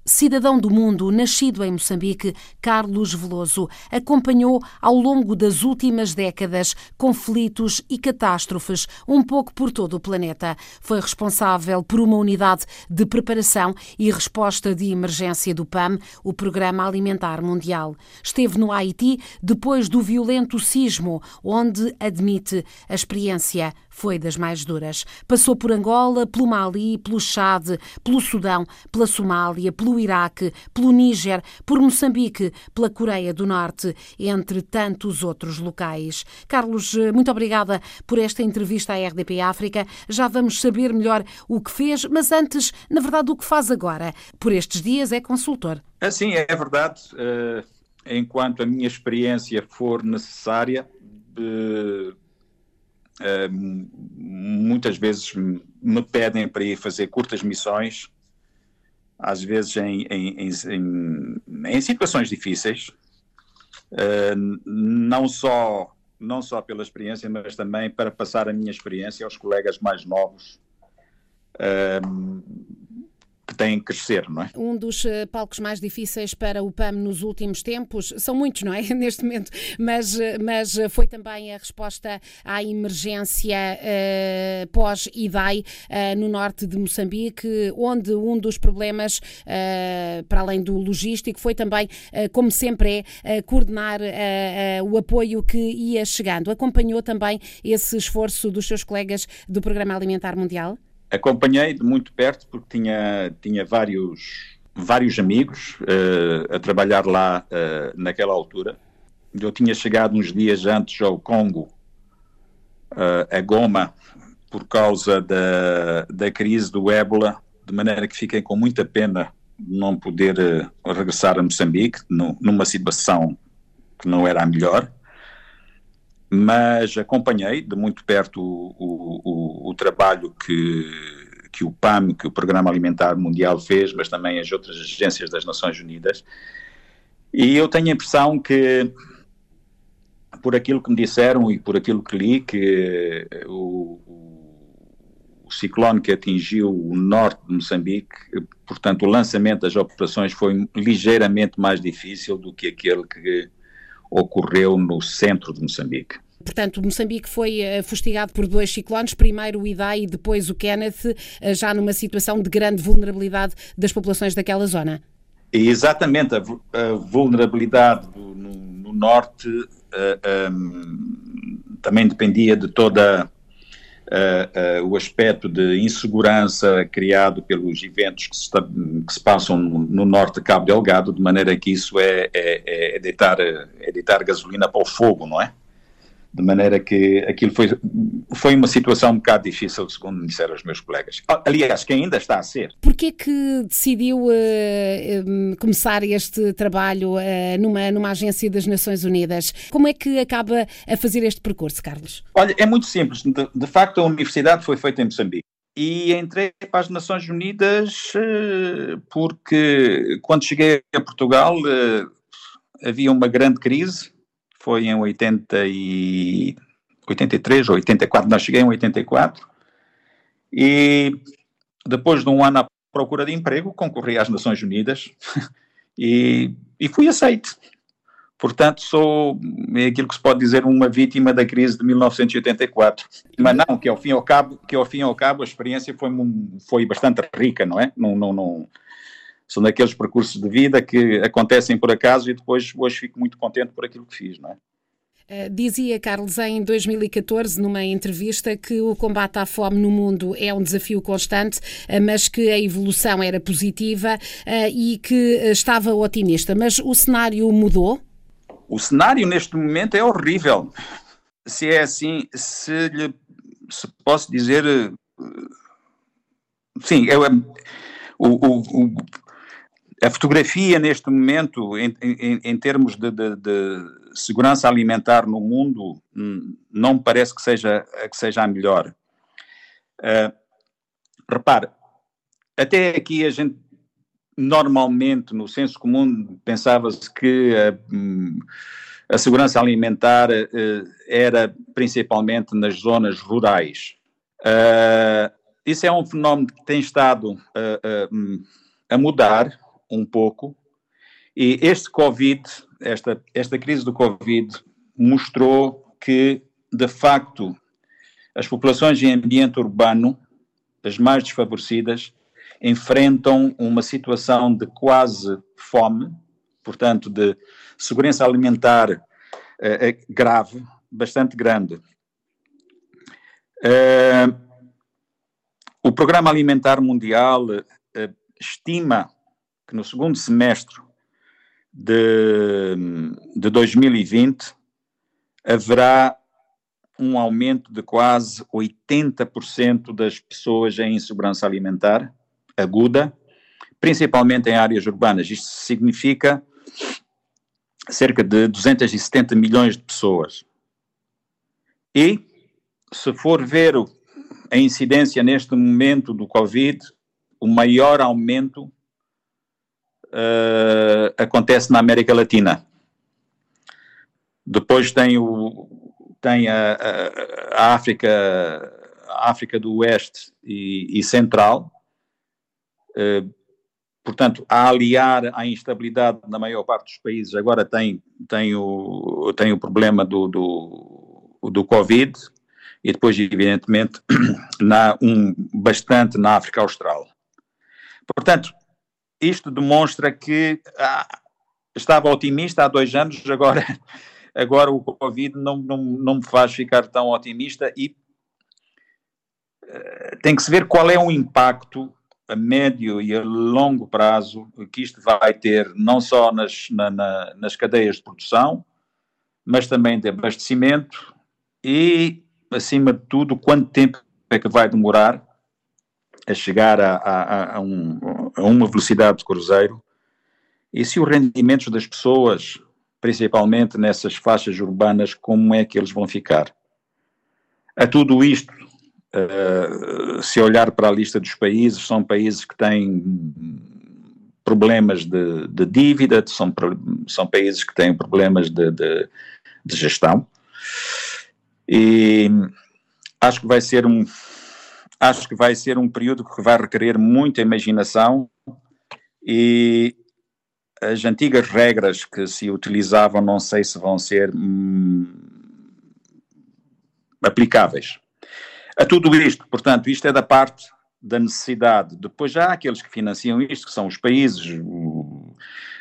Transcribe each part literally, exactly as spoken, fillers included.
Cidadão do mundo, nascido em Moçambique, Carlos Veloso acompanhou ao longo das últimas décadas conflitos e catástrofes um pouco por todo o planeta. Foi responsável por uma unidade de preparação e resposta de emergência do P A M, o Programa Alimentar Mundial. Esteve no Haiti depois do violento sismo, onde, admite, a experiência foi das mais duras. Passou por Angola, pelo Mali, pelo Chade, pelo Sudão, pela Somália, pelo Iraque, pelo Níger, por Moçambique, pela Coreia do Norte, entre tantos outros locais. Carlos, muito obrigada por esta entrevista à R D P África. Já vamos saber melhor o que fez, mas antes, na verdade, o que faz agora. Por estes dias é consultor. Sim, é verdade. Uh, enquanto a minha experiência for necessária, uh, uh, muitas vezes me pedem para ir fazer curtas missões, às vezes em, em, em, em situações difíceis, uh, não só, não só pela experiência, mas também para passar a minha experiência aos colegas mais novos, uh, que têm que crescer, não é? Um dos uh, palcos mais difíceis para o P A M nos últimos tempos, são muitos, não é? Neste momento, mas, mas foi também a resposta à emergência uh, pós-I D A I uh, no norte de Moçambique, onde um dos problemas, uh, para além do logístico, foi também, uh, como sempre é, uh, coordenar uh, uh, o apoio que ia chegando. Acompanhou também esse esforço dos seus colegas do Programa Alimentar Mundial? Acompanhei de muito perto porque tinha, tinha vários, vários amigos uh, a trabalhar lá uh, naquela altura. Eu tinha chegado uns dias antes ao Congo, uh, a Goma, por causa da, da crise do ébola, de maneira que fiquei com muita pena de não poder uh, regressar a Moçambique, no, numa situação que não era a melhor. Mas acompanhei de muito perto o, o, o, o trabalho que, que o P A M, que o Programa Alimentar Mundial fez, mas também as outras agências das Nações Unidas. E eu tenho a impressão que, por aquilo que me disseram e por aquilo que li, que o, o ciclone que atingiu o norte de Moçambique, portanto o lançamento das operações foi ligeiramente mais difícil do que aquele que ocorreu no centro de Moçambique. Portanto, Moçambique foi uh, fustigado por dois ciclones, primeiro o I D A I e depois o Kenneth, uh, já numa situação de grande vulnerabilidade das populações daquela zona. E exatamente, a, a vulnerabilidade do, no, no norte uh, um, também dependia de toda uh, uh, o aspecto de insegurança criado pelos eventos que se, que se passam no, no norte de Cabo Delgado, de maneira que isso é, é, é, deitar, é deitar gasolina para o fogo, não é? De maneira que aquilo foi, foi uma situação um bocado difícil, segundo me disseram os meus colegas. Aliás, que ainda está a ser. Porquê que decidiu uh, um, começar este trabalho uh, numa, numa agência das Nações Unidas? Como é que acaba a fazer este percurso, Carlos? Olha, é muito simples. De, de facto, a universidade foi feita em Moçambique. E entrei para as Nações Unidas uh, porque, quando cheguei a Portugal, uh, havia uma grande crise. Foi em oitenta e, oitenta e três ou oitenta e quatro, nós cheguei em oitenta e quatro, e depois de um ano à procura de emprego, concorri às Nações Unidas e, e fui aceito. Portanto, sou é aquilo que se pode dizer uma vítima da crise de mil novecentos e oitenta e quatro. Mas não, que ao fim e ao cabo, que ao fim e ao cabo a experiência foi, foi bastante rica, não é? Não, não, não, são daqueles percursos de vida que acontecem por acaso e depois hoje fico muito contente por aquilo que fiz, não é? Uh, dizia Carlos em dois mil e catorze, numa entrevista, que o combate à fome no mundo é um desafio constante, uh, mas que a evolução era positiva uh, e que uh, estava otimista. Mas o cenário mudou? O cenário neste momento é horrível. Se é assim, se lhe se posso dizer... Uh, sim, eu, o, o, o a fotografia neste momento, em, em, em termos de, de, de segurança alimentar no mundo, não me parece que seja, que seja a melhor. Uh, repare, até aqui a gente, normalmente, no senso comum, pensava-se que a, a segurança alimentar uh, era principalmente nas zonas rurais. Uh, isso é um fenómeno que tem estado uh, uh, a mudar. um pouco, e este Covid, esta, esta crise do Covid mostrou que, de facto, as populações em ambiente urbano, as mais desfavorecidas, enfrentam uma situação de quase fome, portanto, de segurança alimentar eh, grave, bastante grande. Uh, o Programa Alimentar Mundial uh, estima que no segundo semestre de, de dois mil e vinte haverá um aumento de quase oitenta por cento das pessoas em insegurança alimentar aguda, principalmente em áreas urbanas. Isto significa cerca de duzentos e setenta milhões de pessoas. E, se for ver a incidência neste momento do Covid, o maior aumento uh, acontece na América Latina. Depois tem, o, tem a, a, a, África, a África do Oeste e, e Central. Uh, portanto, a aliar à instabilidade na maior parte dos países, agora tem, tem, o, tem o problema do, do, do Covid, e depois, evidentemente, na, um, bastante na África Austral. Portanto, isto demonstra que ah, estava otimista há dois anos, agora, agora o Covid não, não, não me faz ficar tão otimista, e uh, tem que se ver qual é o impacto a médio e a longo prazo que isto vai ter, não só nas, na, na, nas cadeias de produção, mas também de abastecimento e, acima de tudo, quanto tempo é que vai demorar a chegar a, a, a, um, a uma velocidade de cruzeiro, e se os rendimentos das pessoas, principalmente nessas faixas urbanas, como é que eles vão ficar. A tudo isto, uh, se olhar para a lista dos países, são países que têm problemas de, de dívida, são, são países que têm problemas de, de, de gestão, e acho que vai ser um acho que vai ser um período que vai requerer muita imaginação, e as antigas regras que se utilizavam não sei se vão ser hum, aplicáveis a tudo isto. Portanto, isto é da parte da necessidade. Depois já há aqueles que financiam isto, que são os países uh,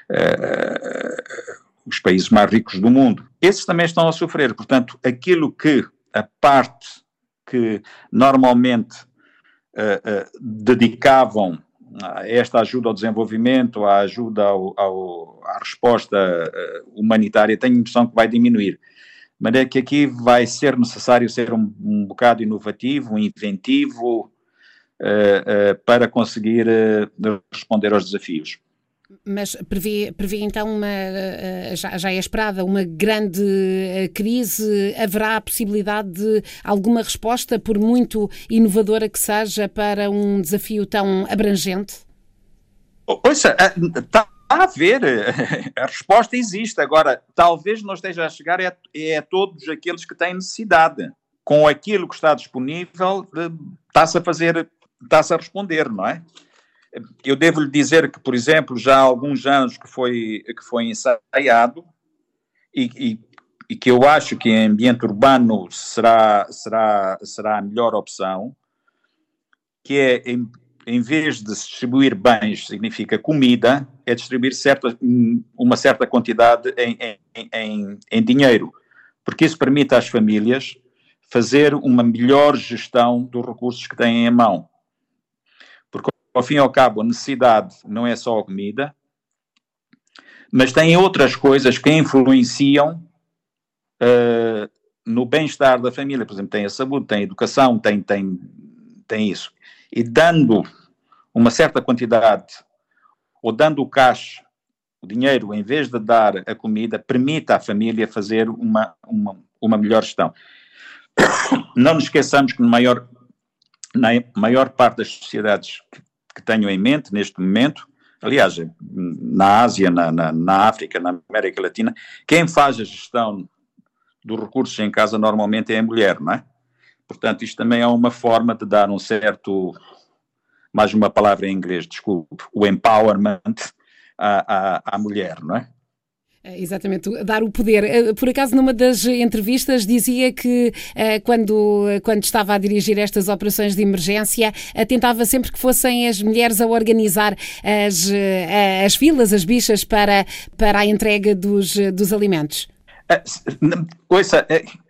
uh, os países mais ricos do mundo. Esses também estão a sofrer. Portanto, aquilo que a parte que normalmente uh, uh, dedicavam a esta ajuda ao desenvolvimento, à ajuda ao, ao, à resposta uh, humanitária, tenho a impressão que vai diminuir. Mas é que aqui vai ser necessário ser um, um bocado inovativo, inventivo, uh, uh, para conseguir uh, responder aos desafios. Mas prevê, prevê então, uma, já, já é esperada uma grande crise? Haverá a possibilidade de alguma resposta, por muito inovadora que seja, para um desafio tão abrangente? Ouça, está a haver, a resposta existe. Agora, talvez não esteja a chegar a, a todos aqueles que têm necessidade. Com aquilo que está disponível, está-se a fazer, está-se a responder, não é? Eu devo-lhe dizer que, por exemplo, já há alguns anos que foi, que foi ensaiado, e, e, e que eu acho que em ambiente urbano será, será, será a melhor opção, que é, em, em vez de distribuir bens, significa comida, é distribuir certa, uma certa quantidade em, em, em, em dinheiro, porque isso permite às famílias fazer uma melhor gestão dos recursos que têm em mão. Ao fim e ao cabo, a necessidade não é só a comida, mas tem outras coisas que influenciam uh, no bem-estar da família. Por exemplo, tem a saúde, tem a educação, tem, tem, tem isso. E dando uma certa quantidade, ou dando o cash, o dinheiro, em vez de dar a comida, permite à família fazer uma, uma, uma melhor gestão. Não nos esqueçamos que na maior, na maior parte das sociedades que que tenho em mente neste momento, aliás, na Ásia, na, na, na África, na América Latina, quem faz a gestão dos recursos em casa normalmente é a mulher, não é? Portanto, isto também é uma forma de dar um certo, mais uma palavra em inglês, desculpe, o empowerment à, à, à mulher, não é? Exatamente, dar o poder. Por acaso, numa das entrevistas dizia que quando, quando estava a dirigir estas operações de emergência, tentava sempre que fossem as mulheres a organizar as, as filas, as bichas para, para a entrega dos, dos alimentos. Ouça,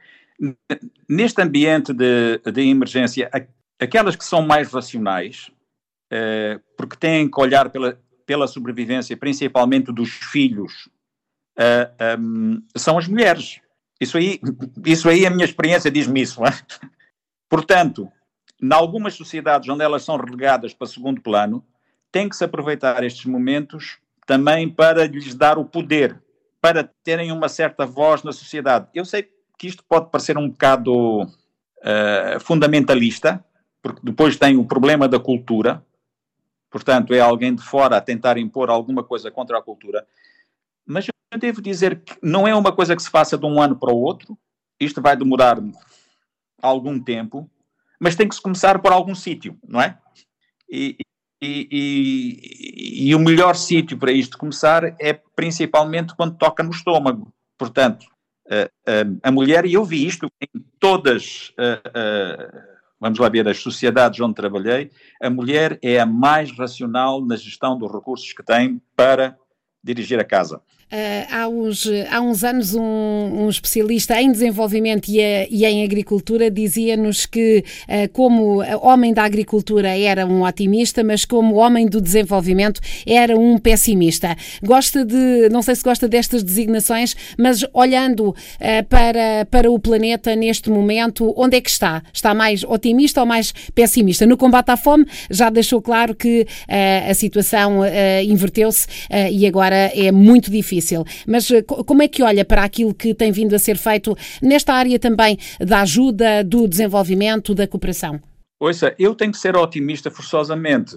neste ambiente de, de emergência, aquelas que são mais racionais, porque têm que olhar pela, pela sobrevivência, principalmente dos filhos, Uh, um, são as mulheres. Isso aí, isso aí a minha experiência diz-me isso. Não é? Portanto, em algumas sociedades onde elas são relegadas para segundo plano, tem que se aproveitar estes momentos também para lhes dar o poder, para terem uma certa voz na sociedade. Eu sei que isto pode parecer um bocado uh, fundamentalista, porque depois tem o problema da cultura, portanto é alguém de fora a tentar impor alguma coisa contra a cultura, mas eu devo dizer que não é uma coisa que se faça de um ano para o outro. Isto vai demorar algum tempo, mas tem que se começar por algum sítio, não é? E, e, e, e o melhor sítio para isto começar é principalmente quando toca no estômago. Portanto, a, a, a mulher, e eu vi isto em todas, a, a, vamos lá ver, as sociedades onde trabalhei, a mulher é a mais racional na gestão dos recursos que tem para dirigir a casa. Uh, há, uns, há uns anos um, um especialista em desenvolvimento e, a, e em agricultura dizia-nos que uh, como homem da agricultura era um otimista, mas como homem do desenvolvimento era um pessimista. Gosta de, não sei se gosta destas designações, mas olhando uh, para, para o planeta neste momento, onde é que está? Está mais otimista ou mais pessimista? No combate à fome já deixou claro que uh, a situação uh, inverteu-se uh, e agora é muito difícil. Mas como é que olha para aquilo que tem vindo a ser feito nesta área também da ajuda, do desenvolvimento, da cooperação? Ouça, eu tenho que ser otimista forçosamente,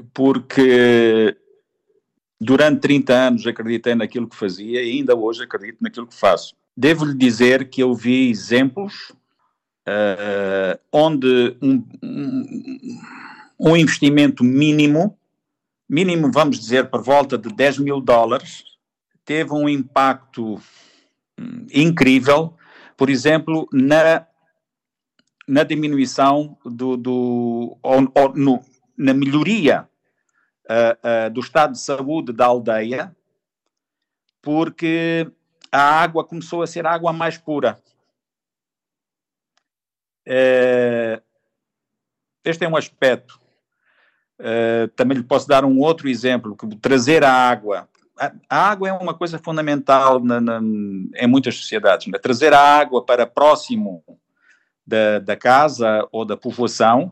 porque durante trinta anos acreditei naquilo que fazia e ainda hoje acredito naquilo que faço. Devo-lhe dizer que eu vi exemplos uh, onde um, um, um investimento mínimo, mínimo vamos dizer por volta de dez mil dólares, teve um impacto incrível, por exemplo, na, na diminuição do, do ou, ou, no, na melhoria uh, uh, do estado de saúde da aldeia, porque a água começou a ser água mais pura. Uh, este é um aspecto. Uh, também lhe posso dar um outro exemplo, que trazer a água. A água é uma coisa fundamental na, na, em muitas sociedades. Né? Trazer a água para próximo da, da casa ou da povoação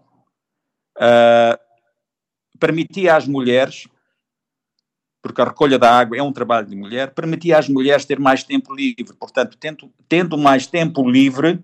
uh, permitia às mulheres, porque a recolha da água é um trabalho de mulher, permitia às mulheres ter mais tempo livre. Portanto, tendo, tendo mais tempo livre,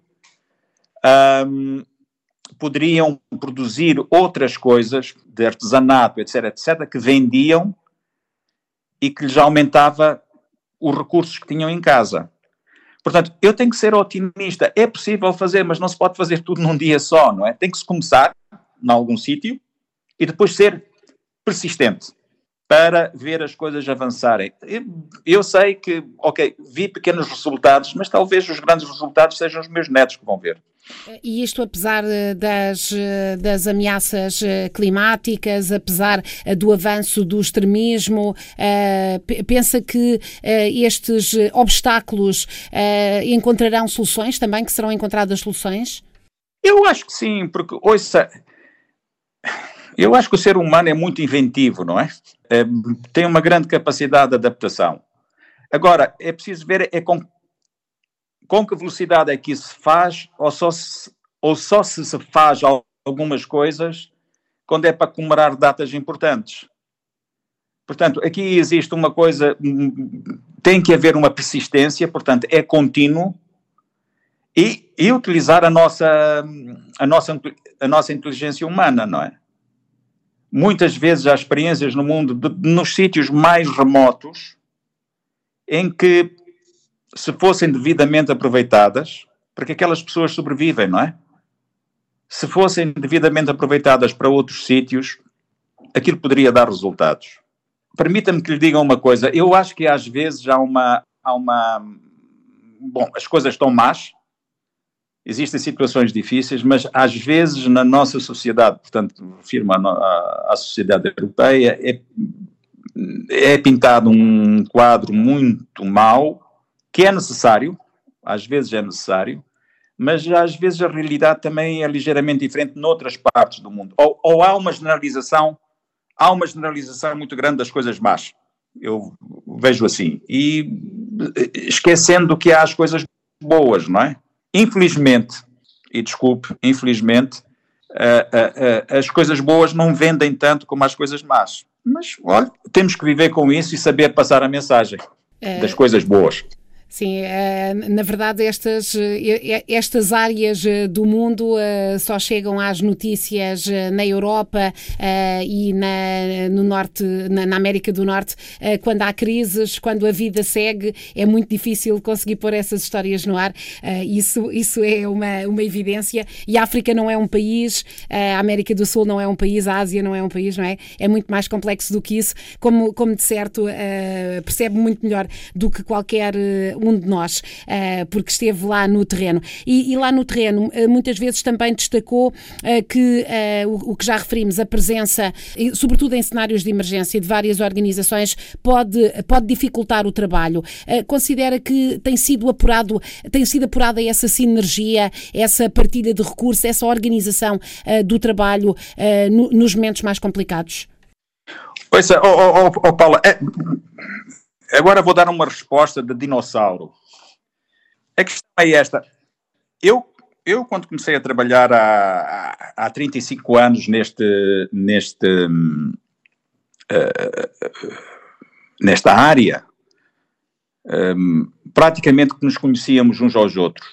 um, poderiam produzir outras coisas de artesanato, etc, etc, que vendiam e que lhes aumentava os recursos que tinham em casa. Portanto, eu tenho que ser otimista. É possível fazer, mas não se pode fazer tudo num dia só, não é? Tem que se começar em algum sítio e depois ser persistente para ver as coisas avançarem. Eu, eu sei que, ok, vi pequenos resultados, mas talvez os grandes resultados sejam os meus netos que vão ver. E isto apesar das, das ameaças climáticas, apesar do avanço do extremismo, pensa que estes obstáculos encontrarão soluções também, que serão encontradas soluções? Eu acho que sim, porque, ouça, eu acho que o ser humano é muito inventivo, não é? é tem uma grande capacidade de adaptação. Agora, é preciso ver é com com que velocidade é que isso se faz, ou só se, ou só se, se faz algumas coisas quando é para comemorar datas importantes. Portanto, aqui existe uma coisa, tem que haver uma persistência, portanto, é contínuo, e, e utilizar a nossa, a, nossa, a nossa inteligência humana, não é? Muitas vezes há experiências no mundo, de, nos sítios mais remotos, em que se fossem devidamente aproveitadas, porque aquelas pessoas sobrevivem, não é? Se fossem devidamente aproveitadas para outros sítios, aquilo poderia dar resultados. permita-me que lhe diga uma coisa. Eu acho que às vezes há uma, há uma... Bom, as coisas estão más, existem situações difíceis, mas às vezes na nossa sociedade, portanto, refiro-me à, à sociedade europeia, é, é pintado um quadro muito mau, que é necessário, às vezes é necessário, mas às vezes a realidade também é ligeiramente diferente noutras partes do mundo. Ou, ou há uma generalização, há uma generalização muito grande das coisas más. Eu vejo assim. E esquecendo que há as coisas boas, não é? Infelizmente, e desculpe, infelizmente, uh, uh, uh, as coisas boas não vendem tanto como as coisas más. Mas, olha, temos que viver com isso e saber passar a mensagem é... das coisas boas. Sim, na verdade estas, estas áreas do mundo só chegam às notícias na Europa e na, no norte, na, na América do Norte, quando há crises, quando a vida segue, é muito difícil conseguir pôr essas histórias no ar, isso, isso é uma, uma evidência, e a África não é um país, a América do Sul não é um país, a Ásia não é um país, não é? É muito mais complexo do que isso, como, como de certo percebe muito melhor do que qualquer um de nós, uh, porque esteve lá no terreno. E, e lá no terreno, uh, muitas vezes também destacou uh, que uh, o, o que já referimos, a presença, sobretudo em cenários de emergência de várias organizações, pode, pode dificultar o trabalho. Uh, considera que tem sido apurado, tem sido apurada essa sinergia, essa partilha de recursos, essa organização uh, do trabalho uh, no, nos momentos mais complicados? Pois é, oh, oh, oh, oh, Paula, é... Agora vou dar uma resposta de dinossauro. A questão é esta. Eu, eu quando comecei a trabalhar há, há trinta e cinco anos neste, neste, uh, nesta área, um, praticamente que nos conhecíamos uns aos outros.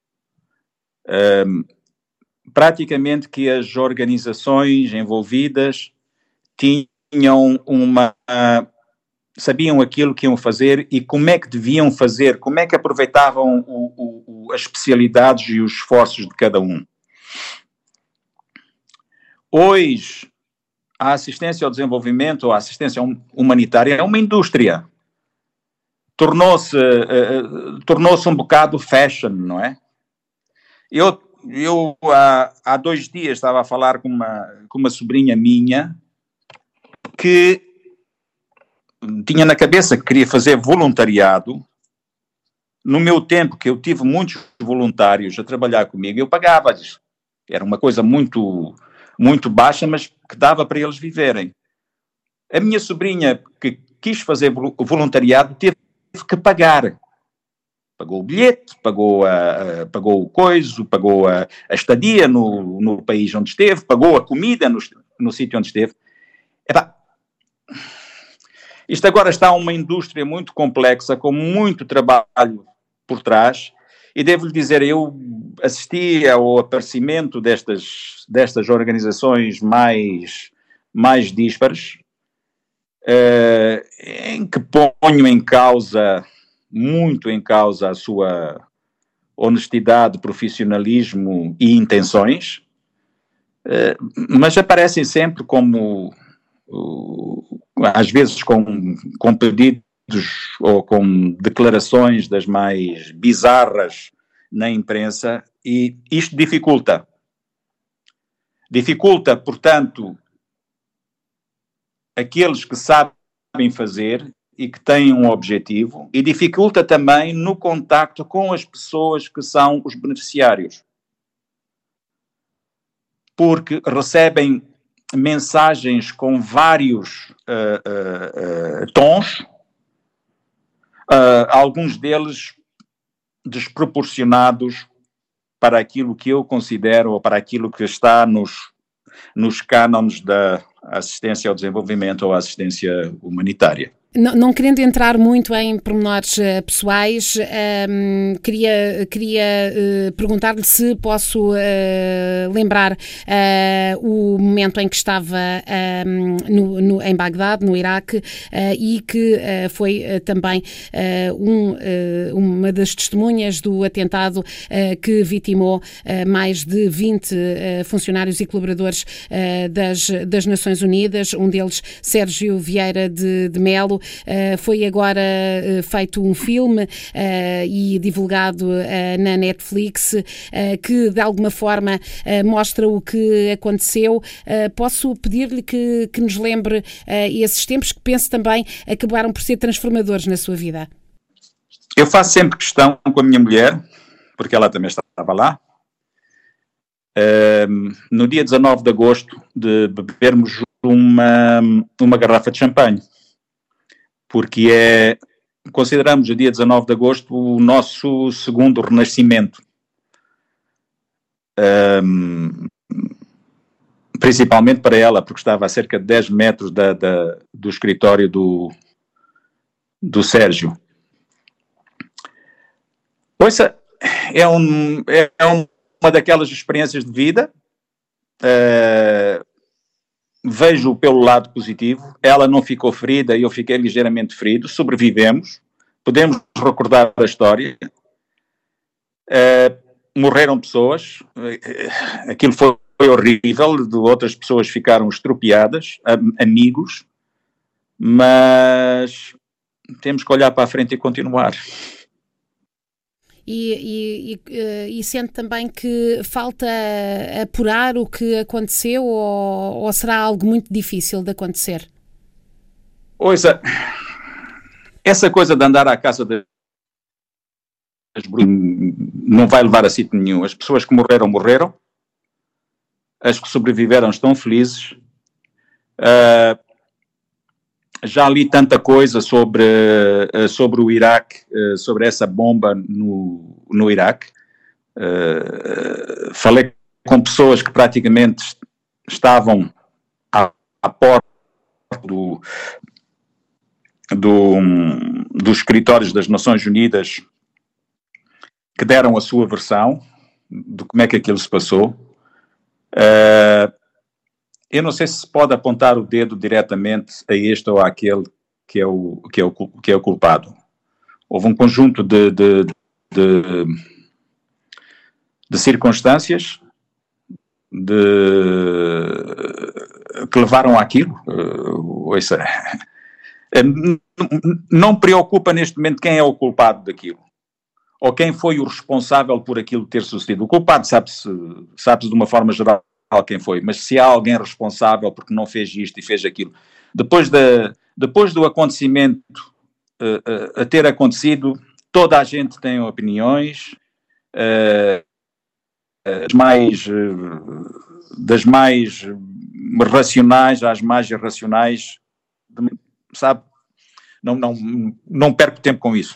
Um, praticamente que as organizações envolvidas tinham uma... Uh, sabiam aquilo que iam fazer e como é que deviam fazer, como é que aproveitavam o, o, as especialidades e os esforços de cada um. Hoje, a assistência ao desenvolvimento, ou a assistência humanitária é uma indústria. Tornou-se uh, tornou-se um bocado fashion, não é? Eu, eu há, há dois dias estava a falar com uma, com uma sobrinha minha que tinha na cabeça que queria fazer voluntariado. No meu tempo, que eu tive muitos voluntários a trabalhar comigo, eu pagava-lhes. Era uma coisa muito, muito baixa, mas que dava para eles viverem. A minha sobrinha, que quis fazer voluntariado, teve que pagar. Pagou o bilhete, pagou, a, a, pagou o coiso, pagou a, a estadia no, no país onde esteve, pagou a comida no, no sítio onde esteve. Epá, isto agora está uma indústria muito complexa, com muito trabalho por trás, e devo-lhe dizer, eu assisti ao aparecimento destas, destas organizações mais, mais díspares, uh, em que ponho em causa, muito em causa, a sua honestidade, profissionalismo e intenções, uh, mas aparecem sempre como... às vezes com, com pedidos ou com declarações das mais bizarras na imprensa, e isto dificulta. Dificulta, portanto, aqueles que sabem fazer e que têm um objetivo, e dificulta também no contacto com as pessoas que são os beneficiários. Porque recebem mensagens com vários uh, uh, uh, tons, uh, alguns deles desproporcionados para aquilo que eu considero, ou para aquilo que está nos, nos cânones da assistência ao desenvolvimento ou assistência humanitária. Não, não querendo entrar muito em pormenores uh, pessoais, um, queria, queria uh, perguntar-lhe se posso uh, lembrar uh, o momento em que estava um, no, no, em Bagdade, no Iraque, uh, e que uh, foi uh, também uh, um, uh, uma das testemunhas do atentado uh, que vitimou uh, mais de vinte uh, funcionários e colaboradores uh, das, das Nações Unidas, um deles Sérgio Vieira de, de Melo. Uh, foi agora uh, feito um filme uh, e divulgado uh, na Netflix uh, que de alguma forma uh, mostra o que aconteceu. Uh, posso pedir-lhe que, que nos lembre uh, esses tempos que penso também acabaram por ser transformadores na sua vida? Eu faço sempre questão com a minha mulher, porque ela também estava lá, uh, no dia dezanove de agosto, de bebermos uma, uma garrafa de champanhe. Porque é, consideramos o dia dezanove de agosto o nosso segundo renascimento. Um, principalmente para ela, porque estava a cerca de dez metros da, da, do escritório do, do Sérgio. Ouça, é, um, é uma daquelas experiências de vida. Uh, Vejo pelo lado positivo, ela não ficou ferida e eu fiquei ligeiramente ferido, sobrevivemos, podemos recordar a história, uh, morreram pessoas, uh, aquilo foi, foi horrível, de outras pessoas ficaram estropiadas, am- amigos, mas temos que olhar para a frente e continuar. E, e, e sente também que falta apurar o que aconteceu ou, ou será algo muito difícil de acontecer? Ouça, essa coisa de andar à caça das bruxas não vai levar a sítio nenhum. As pessoas que morreram, morreram. As que sobreviveram estão felizes. Uh, Já li tanta coisa sobre, uh, sobre o Iraque, uh, sobre essa bomba no, no Iraque. Uh, falei com pessoas que praticamente estavam à, à porta do, do, um, dos escritórios das Nações Unidas, que deram a sua versão de como é que aquilo se passou. Uh, Eu não sei se se pode apontar o dedo diretamente a este ou àquele que é o, que é o, que é o culpado. Houve um conjunto de, de, de, de circunstâncias de, que levaram àquilo. Uh, ouça, não preocupa neste momento quem é o culpado daquilo, ou quem foi o responsável por aquilo ter sucedido. O culpado sabe-se, sabe-se de uma forma geral quem foi, mas se há alguém responsável porque não fez isto e fez aquilo, depois, de, depois do acontecimento uh, uh, a ter acontecido, toda a gente tem opiniões, uh, uh, mais, uh, das mais racionais às mais irracionais, sabe? Não, não, não perco tempo com isso.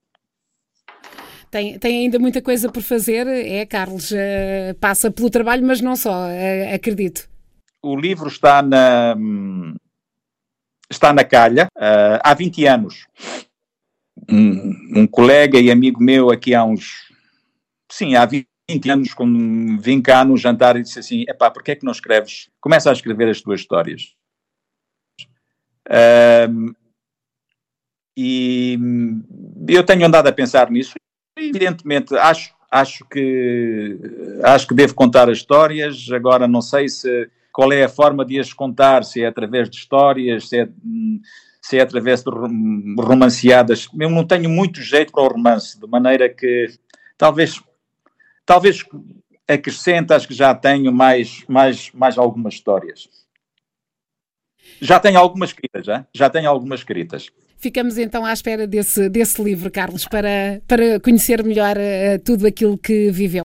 Tem, tem ainda muita coisa por fazer, é, Carlos? Uh, passa pelo trabalho, mas não só, uh, acredito. O livro está na, está na calha uh, há vinte anos. Um, um colega e amigo meu aqui há uns... Sim, há vinte anos, quando vim cá no jantar e disse assim, epá, porquê é que não escreves? Começa a escrever as tuas histórias. Uh, e eu tenho andado a pensar nisso. Evidentemente, acho, acho, que, acho que devo contar as histórias. Agora não sei se, qual é a forma de as contar, se é através de histórias, se é, se é através de romanceadas. Eu não tenho muito jeito para o romance, de maneira que talvez, talvez acrescente, acho que já tenho mais, mais, mais algumas histórias. Já tenho algumas escritas, já? Já tenho algumas escritas. Ficamos então à espera desse, desse livro, Carlos, para, para conhecer melhor uh, tudo aquilo que viveu.